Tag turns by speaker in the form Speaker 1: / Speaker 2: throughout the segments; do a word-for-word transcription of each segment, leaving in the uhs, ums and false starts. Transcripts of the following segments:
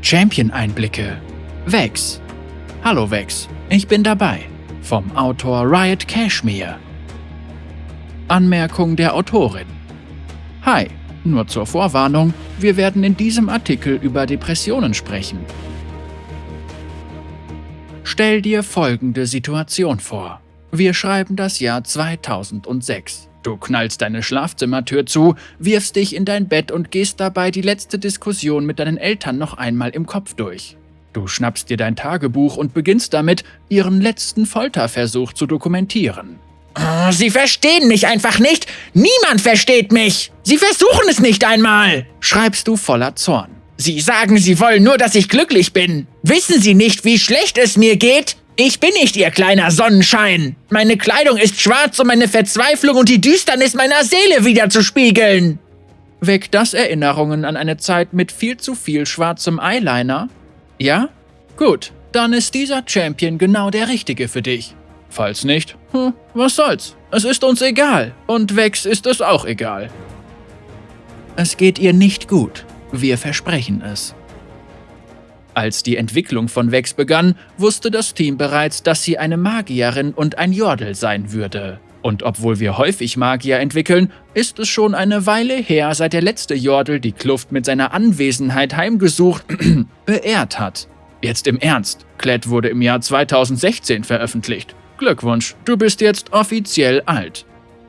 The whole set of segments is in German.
Speaker 1: Champion-Einblicke. Vex. Hallo Vex, ich bin dabei. Vom Autor Riot Cashmere. Anmerkung der Autorin. Hi, nur zur Vorwarnung, wir werden in diesem Artikel über Depressionen sprechen. Stell dir folgende Situation vor. Wir schreiben das Jahr zweitausendsechs. Du knallst deine Schlafzimmertür zu, wirfst dich in dein Bett und gehst dabei die letzte Diskussion mit deinen Eltern noch einmal im Kopf durch. Du schnappst dir dein Tagebuch und beginnst damit, ihren letzten Folterversuch zu dokumentieren.
Speaker 2: Oh, Sie verstehen mich einfach nicht! Niemand versteht mich! Sie versuchen es nicht einmal!
Speaker 1: Schreibst du voller Zorn.
Speaker 2: Sie sagen, Sie wollen nur, dass ich glücklich bin. Wissen Sie nicht, wie schlecht es mir geht? Ich bin nicht Ihr kleiner Sonnenschein. Meine Kleidung ist schwarz, um meine Verzweiflung und die Düsternis meiner Seele wiederzuspiegeln.
Speaker 1: Weckt das Erinnerungen an eine Zeit mit viel zu viel schwarzem Eyeliner? Ja? Gut, dann ist dieser Champion genau der Richtige für dich. Falls nicht, hm, was soll's? Es ist uns egal und Vex ist es auch egal. Es geht ihr nicht gut, wir versprechen es. Als die Entwicklung von Vex begann, wusste das Team bereits, dass sie eine Magierin und ein Yordle sein würde. Und obwohl wir häufig Magier entwickeln, ist es schon eine Weile her, seit der letzte Yordle die Kluft mit seiner Anwesenheit heimgesucht beehrt hat. Jetzt im Ernst, Klett wurde im Jahr zweitausendsechzehn veröffentlicht. Glückwunsch, du bist jetzt offiziell alt.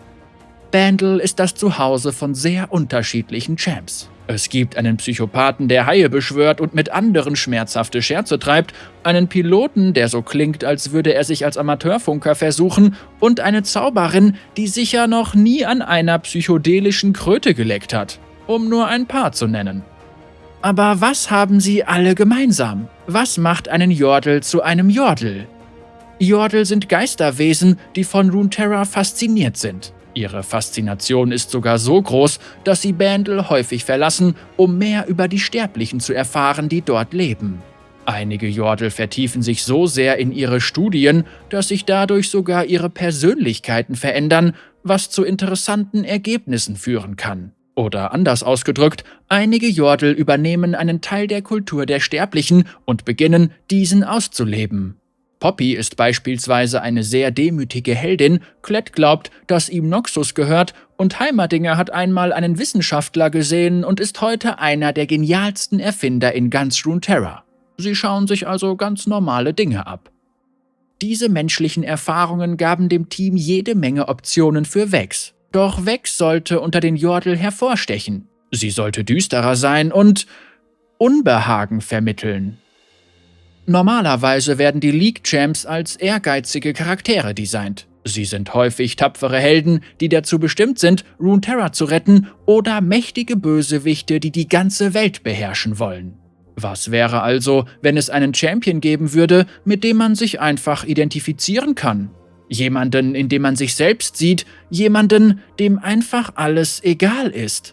Speaker 1: Bandle ist das Zuhause von sehr unterschiedlichen Champs. Es gibt einen Psychopathen, der Haie beschwört und mit anderen schmerzhafte Scherze treibt, einen Piloten, der so klingt, als würde er sich als Amateurfunker versuchen, und eine Zauberin, die sicher noch nie an einer psychedelischen Kröte geleckt hat, um nur ein paar zu nennen. Aber was haben sie alle gemeinsam? Was macht einen Yordle zu einem Yordle? Yordle sind Geisterwesen, die von Runeterra fasziniert sind. Ihre Faszination ist sogar so groß, dass sie Bandle häufig verlassen, um mehr über die Sterblichen zu erfahren, die dort leben. Einige Yordle vertiefen sich so sehr in ihre Studien, dass sich dadurch sogar ihre Persönlichkeiten verändern, was zu interessanten Ergebnissen führen kann. Oder anders ausgedrückt, einige Yordle übernehmen einen Teil der Kultur der Sterblichen und beginnen, diesen auszuleben. Poppy ist beispielsweise eine sehr demütige Heldin, Klett glaubt, dass ihm Noxus gehört und Heimerdinger hat einmal einen Wissenschaftler gesehen und ist heute einer der genialsten Erfinder in ganz Runeterra. Sie schauen sich also ganz normale Dinge ab. Diese menschlichen Erfahrungen gaben dem Team jede Menge Optionen für Vex. Doch Vex sollte unter den Yordle hervorstechen. Sie sollte düsterer sein und Unbehagen vermitteln. Normalerweise werden die League-Champs als ehrgeizige Charaktere designt. Sie sind häufig tapfere Helden, die dazu bestimmt sind, Runeterra zu retten, oder mächtige Bösewichte, die die ganze Welt beherrschen wollen. Was wäre also, wenn es einen Champion geben würde, mit dem man sich einfach identifizieren kann? Jemanden, in dem man sich selbst sieht, jemanden, dem einfach alles egal ist.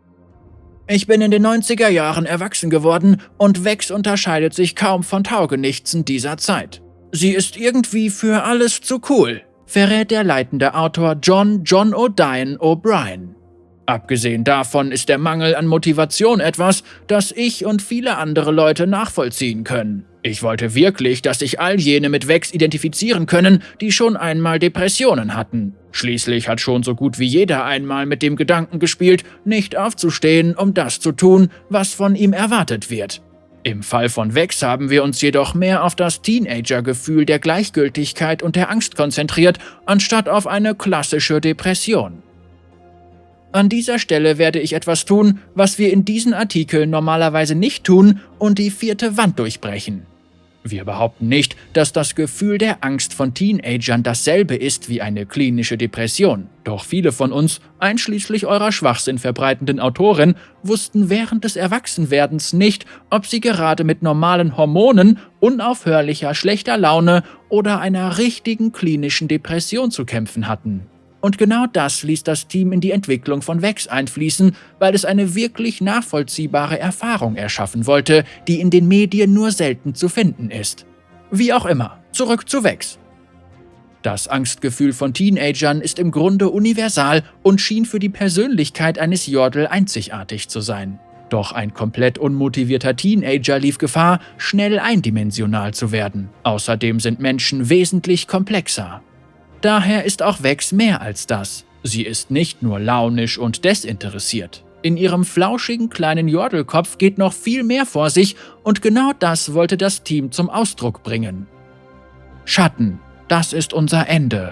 Speaker 1: Ich bin in den neunziger Jahren erwachsen geworden und Vex unterscheidet sich kaum von Taugenichtsen dieser Zeit. Sie ist irgendwie für alles zu cool, verrät der leitende Autor John John O'Diane O'Brien. Abgesehen davon ist der Mangel an Motivation etwas, das ich und viele andere Leute nachvollziehen können. Ich wollte wirklich, dass sich all jene mit Vex identifizieren können, die schon einmal Depressionen hatten. Schließlich hat schon so gut wie jeder einmal mit dem Gedanken gespielt, nicht aufzustehen, um das zu tun, was von ihm erwartet wird. Im Fall von Vex haben wir uns jedoch mehr auf das Teenager-Gefühl der Gleichgültigkeit und der Angst konzentriert, anstatt auf eine klassische Depression. An dieser Stelle werde ich etwas tun, was wir in diesen Artikeln normalerweise nicht tun und die vierte Wand durchbrechen. Wir behaupten nicht, dass das Gefühl der Angst von Teenagern dasselbe ist wie eine klinische Depression. Doch viele von uns, einschließlich eurer Schwachsinn verbreitenden Autorin, wussten während des Erwachsenwerdens nicht, ob sie gerade mit normalen Hormonen, unaufhörlicher schlechter Laune oder einer richtigen klinischen Depression zu kämpfen hatten. Und genau das ließ das Team in die Entwicklung von Vex einfließen, weil es eine wirklich nachvollziehbare Erfahrung erschaffen wollte, die in den Medien nur selten zu finden ist. Wie auch immer, zurück zu Vex. Das Angstgefühl von Teenagern ist im Grunde universal und schien für die Persönlichkeit eines Yordle einzigartig zu sein. Doch ein komplett unmotivierter Teenager lief Gefahr, schnell eindimensional zu werden. Außerdem sind Menschen wesentlich komplexer. Daher ist auch Vex mehr als das. Sie ist nicht nur launisch und desinteressiert. In ihrem flauschigen kleinen Jordelkopf geht noch viel mehr vor sich und genau das wollte das Team zum Ausdruck bringen. Schatten, das ist unser Ende.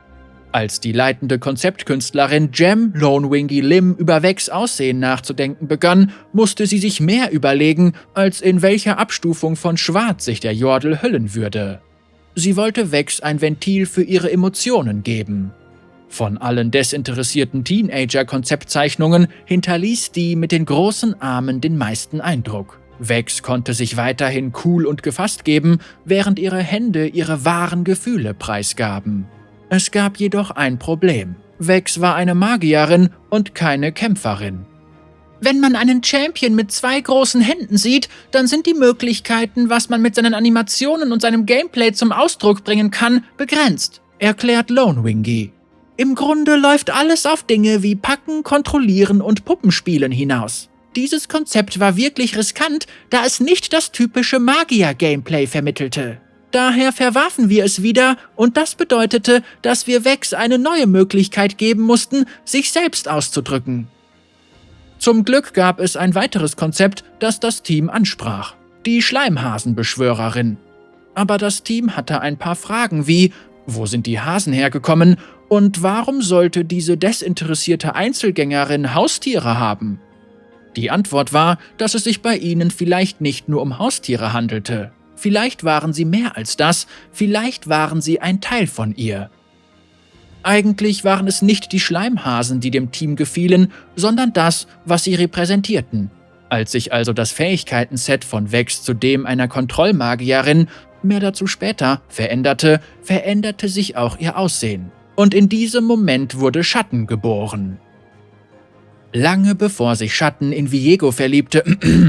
Speaker 1: Als die leitende Konzeptkünstlerin Jem Lonewingy Lim über Vex Aussehen nachzudenken begann, musste sie sich mehr überlegen, als in welcher Abstufung von Schwarz sich der Jordel hüllen würde. Sie wollte Vex ein Ventil für ihre Emotionen geben. Von allen desinteressierten Teenager-Konzeptzeichnungen hinterließ die mit den großen Armen den meisten Eindruck. Vex konnte sich weiterhin cool und gefasst geben, während ihre Hände ihre wahren Gefühle preisgaben. Es gab jedoch ein Problem. Vex war eine Magierin und keine Kämpferin. Wenn man einen Champion mit zwei großen Händen sieht, dann sind die Möglichkeiten, was man mit seinen Animationen und seinem Gameplay zum Ausdruck bringen kann, begrenzt, erklärt Lonewingy. Im Grunde läuft alles auf Dinge wie Packen, Kontrollieren und Puppenspielen hinaus. Dieses Konzept war wirklich riskant, da es nicht das typische Magier-Gameplay vermittelte. Daher verwarfen wir es wieder und das bedeutete, dass wir Vex eine neue Möglichkeit geben mussten, sich selbst auszudrücken. Zum Glück gab es ein weiteres Konzept, das das Team ansprach: die Schleimhasenbeschwörerin. Aber das Team hatte ein paar Fragen wie: Wo sind die Hasen hergekommen und warum sollte diese desinteressierte Einzelgängerin Haustiere haben? Die Antwort war, dass es sich bei ihnen vielleicht nicht nur um Haustiere handelte. Vielleicht waren sie mehr als das, vielleicht waren sie ein Teil von ihr. Eigentlich waren es nicht die Schleimhasen, die dem Team gefielen, sondern das, was sie repräsentierten. Als sich also das Fähigkeitenset von Vex zu dem einer Kontrollmagierin, mehr dazu später, veränderte, veränderte sich auch ihr Aussehen. Und in diesem Moment wurde Schatten geboren. Lange bevor sich Schatten in Viego verliebte,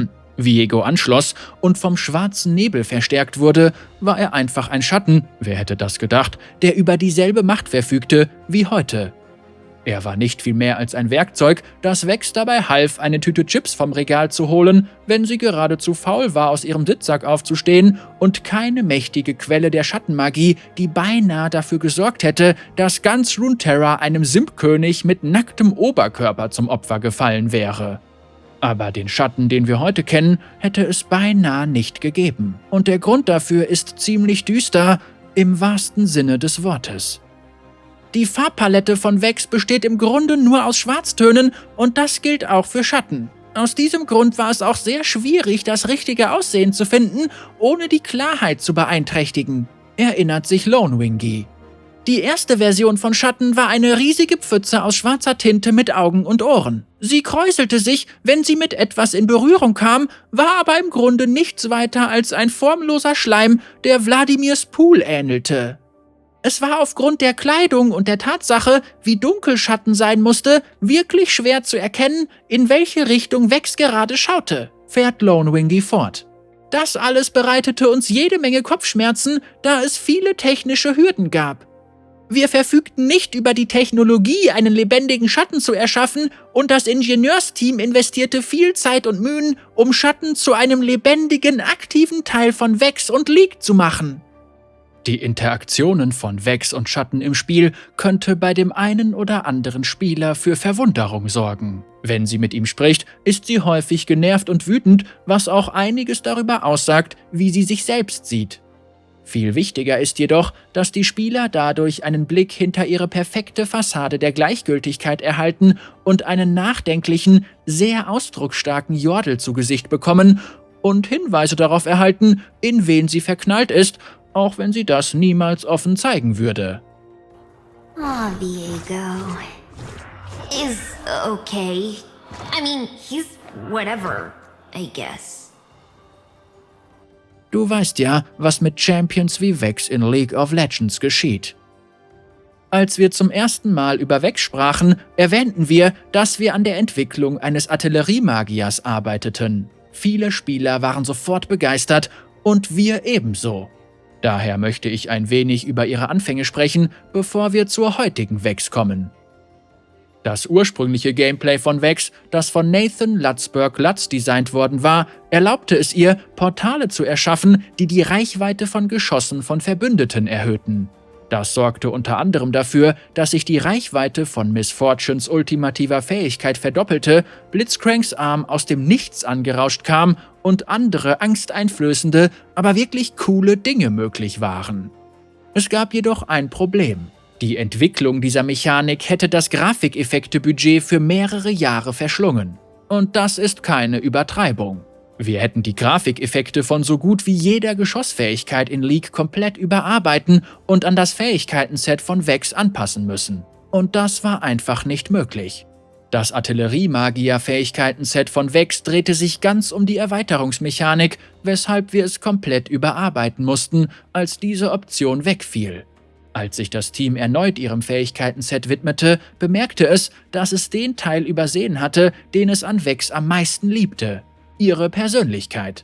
Speaker 1: Viego anschloss und vom schwarzen Nebel verstärkt wurde, war er einfach ein Schatten, wer hätte das gedacht, der über dieselbe Macht verfügte wie heute. Er war nicht viel mehr als ein Werkzeug, das Vex dabei half, eine Tüte Chips vom Regal zu holen, wenn sie gerade zu faul war, aus ihrem Sitzsack aufzustehen, und keine mächtige Quelle der Schattenmagie, die beinahe dafür gesorgt hätte, dass ganz Runeterra einem Simpkönig mit nacktem Oberkörper zum Opfer gefallen wäre. Aber den Schatten, den wir heute kennen, hätte es beinahe nicht gegeben. Und der Grund dafür ist ziemlich düster, im wahrsten Sinne des Wortes. Die Farbpalette von Vex besteht im Grunde nur aus Schwarztönen und das gilt auch für Schatten. Aus diesem Grund war es auch sehr schwierig, das richtige Aussehen zu finden, ohne die Klarheit zu beeinträchtigen, erinnert sich Lonewingy. Die erste Version von Schatten war eine riesige Pfütze aus schwarzer Tinte mit Augen und Ohren. Sie kräuselte sich, wenn sie mit etwas in Berührung kam, war aber im Grunde nichts weiter als ein formloser Schleim, der Wladimirs Pool ähnelte. Es war aufgrund der Kleidung und der Tatsache, wie dunkel Schatten sein musste, wirklich schwer zu erkennen, in welche Richtung Vex gerade schaute, fährt Lonewingy fort. Das alles bereitete uns jede Menge Kopfschmerzen, da es viele technische Hürden gab. Wir verfügten nicht über die Technologie, einen lebendigen Schatten zu erschaffen, und das Ingenieursteam investierte viel Zeit und Mühen, um Schatten zu einem lebendigen, aktiven Teil von Vex und League zu machen. Die Interaktionen von Vex und Schatten im Spiel könnte bei dem einen oder anderen Spieler für Verwunderung sorgen. Wenn sie mit ihm spricht, ist sie häufig genervt und wütend, was auch einiges darüber aussagt, wie sie sich selbst sieht. Viel wichtiger ist jedoch, dass die Spieler dadurch einen Blick hinter ihre perfekte Fassade der Gleichgültigkeit erhalten und einen nachdenklichen, sehr ausdrucksstarken Jordel zu Gesicht bekommen und Hinweise darauf erhalten, in wen sie verknallt ist, auch wenn sie das niemals offen zeigen würde.
Speaker 3: Oh, Viego. Is okay. I mean, he's whatever, I guess.
Speaker 1: Du weißt ja, was mit Champions wie Vex in League of Legends geschieht. Als wir zum ersten Mal über Vex sprachen, erwähnten wir, dass wir an der Entwicklung eines Artilleriemagiers arbeiteten. Viele Spieler waren sofort begeistert und wir ebenso. Daher möchte ich ein wenig über ihre Anfänge sprechen, bevor wir zur heutigen Vex kommen. Das ursprüngliche Gameplay von Vex, das von Nathan Lutzberg-Lutz designt worden war, erlaubte es ihr, Portale zu erschaffen, die die Reichweite von Geschossen von Verbündeten erhöhten. Das sorgte unter anderem dafür, dass sich die Reichweite von Miss Fortunes ultimativer Fähigkeit verdoppelte, Blitzcranks Arm aus dem Nichts angerauscht kam und andere angsteinflößende, aber wirklich coole Dinge möglich waren. Es gab jedoch ein Problem. Die Entwicklung dieser Mechanik hätte das Grafikeffekte-Budget für mehrere Jahre verschlungen. Und das ist keine Übertreibung. Wir hätten die Grafikeffekte von so gut wie jeder Geschossfähigkeit in League komplett überarbeiten und an das Fähigkeitenset von Vex anpassen müssen. Und das war einfach nicht möglich. Das Artillerie-Magier-Fähigkeitenset von Vex drehte sich ganz um die Erweiterungsmechanik, weshalb wir es komplett überarbeiten mussten, als diese Option wegfiel. Als sich das Team erneut ihrem Fähigkeitenset widmete, bemerkte es, dass es den Teil übersehen hatte, den es an Vex am meisten liebte: ihre Persönlichkeit.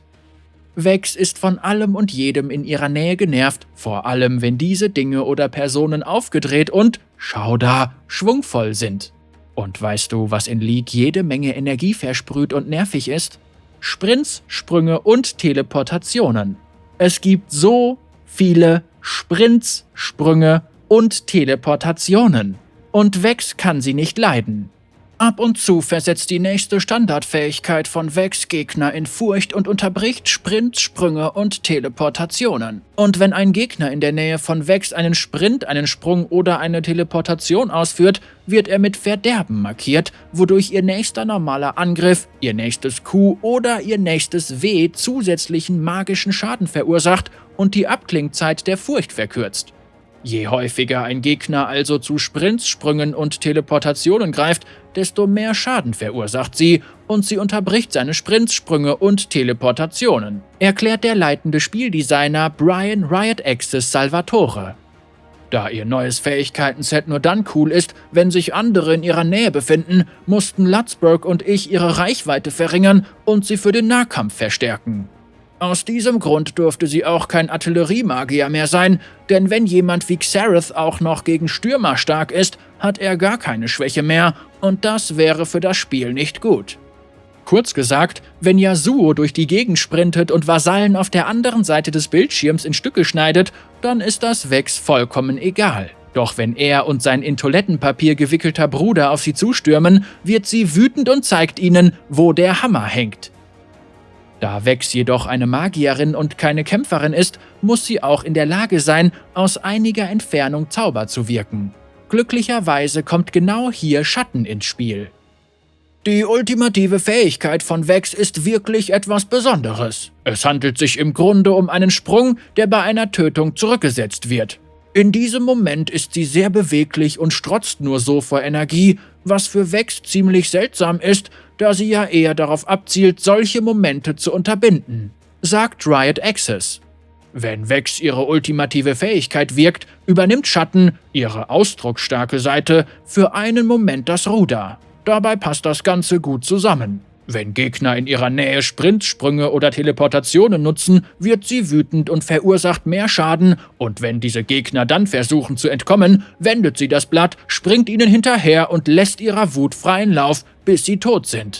Speaker 1: Vex ist von allem und jedem in ihrer Nähe genervt, vor allem wenn diese Dinge oder Personen aufgedreht und, schau da, schwungvoll sind. Und weißt du, was in League jede Menge Energie versprüht und nervig ist? Sprints, Sprünge und Teleportationen. Es gibt so viele Sprints, Sprünge und Teleportationen. Und Vex kann sie nicht leiden. Ab und zu versetzt die nächste Standardfähigkeit von Vex Gegner in Furcht und unterbricht Sprints, Sprünge und Teleportationen. Und wenn ein Gegner in der Nähe von Vex einen Sprint, einen Sprung oder eine Teleportation ausführt, wird er mit Verderben markiert, wodurch ihr nächster normaler Angriff, ihr nächstes Q oder ihr nächstes W zusätzlichen magischen Schaden verursacht und die Abklingzeit der Furcht verkürzt. Je häufiger ein Gegner also zu Sprints, Sprüngen und Teleportationen greift, desto mehr Schaden verursacht sie und sie unterbricht seine Sprints, Sprünge und Teleportationen, erklärt der leitende Spieldesigner Brian Riot Access Salvatore. Da ihr neues Fähigkeitenset nur dann cool ist, wenn sich andere in ihrer Nähe befinden, mussten Lutzberg und ich ihre Reichweite verringern und sie für den Nahkampf verstärken. Aus diesem Grund durfte sie auch kein Artilleriemagier mehr sein, denn wenn jemand wie Xerath auch noch gegen Stürmer stark ist, hat er gar keine Schwäche mehr und das wäre für das Spiel nicht gut. Kurz gesagt, wenn Yasuo durch die Gegend sprintet und Vasallen auf der anderen Seite des Bildschirms in Stücke schneidet, dann ist das Vex vollkommen egal. Doch wenn er und sein in Toilettenpapier gewickelter Bruder auf sie zustürmen, wird sie wütend und zeigt ihnen, wo der Hammer hängt. Da Vex jedoch eine Magierin und keine Kämpferin ist, muss sie auch in der Lage sein, aus einiger Entfernung Zauber zu wirken. Glücklicherweise kommt genau hier Schatten ins Spiel. Die ultimative Fähigkeit von Vex ist wirklich etwas Besonderes. Es handelt sich im Grunde um einen Sprung, der bei einer Tötung zurückgesetzt wird. In diesem Moment ist sie sehr beweglich und strotzt nur so vor Energie, was für Vex ziemlich seltsam ist, da sie ja eher darauf abzielt, solche Momente zu unterbinden, sagt Riot Access. Wenn Vex ihre ultimative Fähigkeit wirkt, übernimmt Schatten, ihre ausdrucksstarke Seite, für einen Moment das Ruder. Dabei passt das Ganze gut zusammen. Wenn Gegner in ihrer Nähe Sprints, Sprünge oder Teleportationen nutzen, wird sie wütend und verursacht mehr Schaden, und wenn diese Gegner dann versuchen zu entkommen, wendet sie das Blatt, springt ihnen hinterher und lässt ihrer Wut freien Lauf, bis sie tot sind.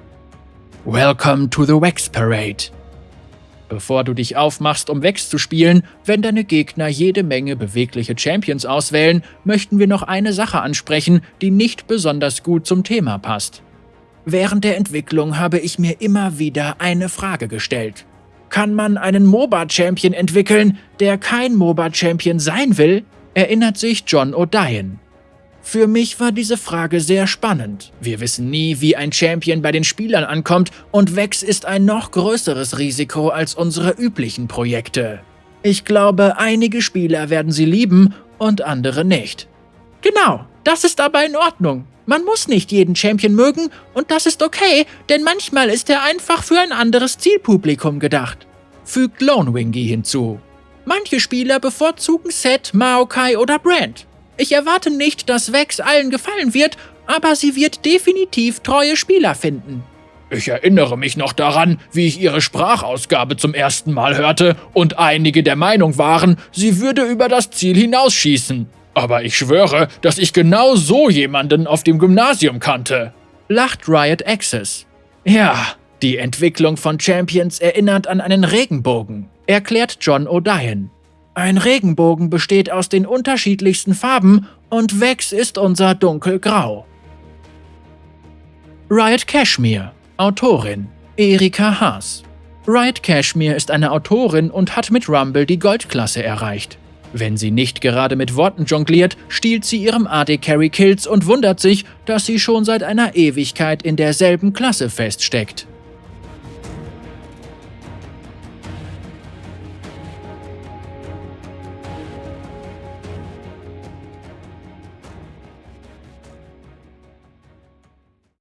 Speaker 1: Welcome to the Vex Parade. Bevor du dich aufmachst, um Vex zu spielen, wenn deine Gegner jede Menge bewegliche Champions auswählen, möchten wir noch eine Sache ansprechen, die nicht besonders gut zum Thema passt. Während der Entwicklung habe ich mir immer wieder eine Frage gestellt. Kann man einen MOBA-Champion entwickeln, der kein MOBA-Champion sein will? Erinnert sich John O'Dyan. Für mich war diese Frage sehr spannend. Wir wissen nie, wie ein Champion bei den Spielern ankommt, und Vex ist ein noch größeres Risiko als unsere üblichen Projekte. Ich glaube, einige Spieler werden sie lieben und andere nicht. Genau, das ist aber in Ordnung. Man muss nicht jeden Champion mögen und das ist okay, denn manchmal ist er einfach für ein anderes Zielpublikum gedacht, fügt Lonewingy hinzu. Manche Spieler bevorzugen Sett, Maokai oder Brand. Ich erwarte nicht, dass Vex allen gefallen wird, aber sie wird definitiv treue Spieler finden. Ich erinnere mich noch daran, wie ich ihre Sprachausgabe zum ersten Mal hörte und einige der Meinung waren, sie würde über das Ziel hinausschießen. Aber ich schwöre, dass ich genau so jemanden auf dem Gymnasium kannte, lacht Riot Access. Ja, die Entwicklung von Champions erinnert an einen Regenbogen, erklärt John O'Dyan. Ein Regenbogen besteht aus den unterschiedlichsten Farben und Vex ist unser dunkelgrau. Riot Cashmere, Autorin, Erika Haas. Riot Cashmere ist eine Autorin und hat mit Rumble die Goldklasse erreicht. Wenn sie nicht gerade mit Worten jongliert, stiehlt sie ihrem A D-Carry Kills und wundert sich, dass sie schon seit einer Ewigkeit in derselben Klasse feststeckt.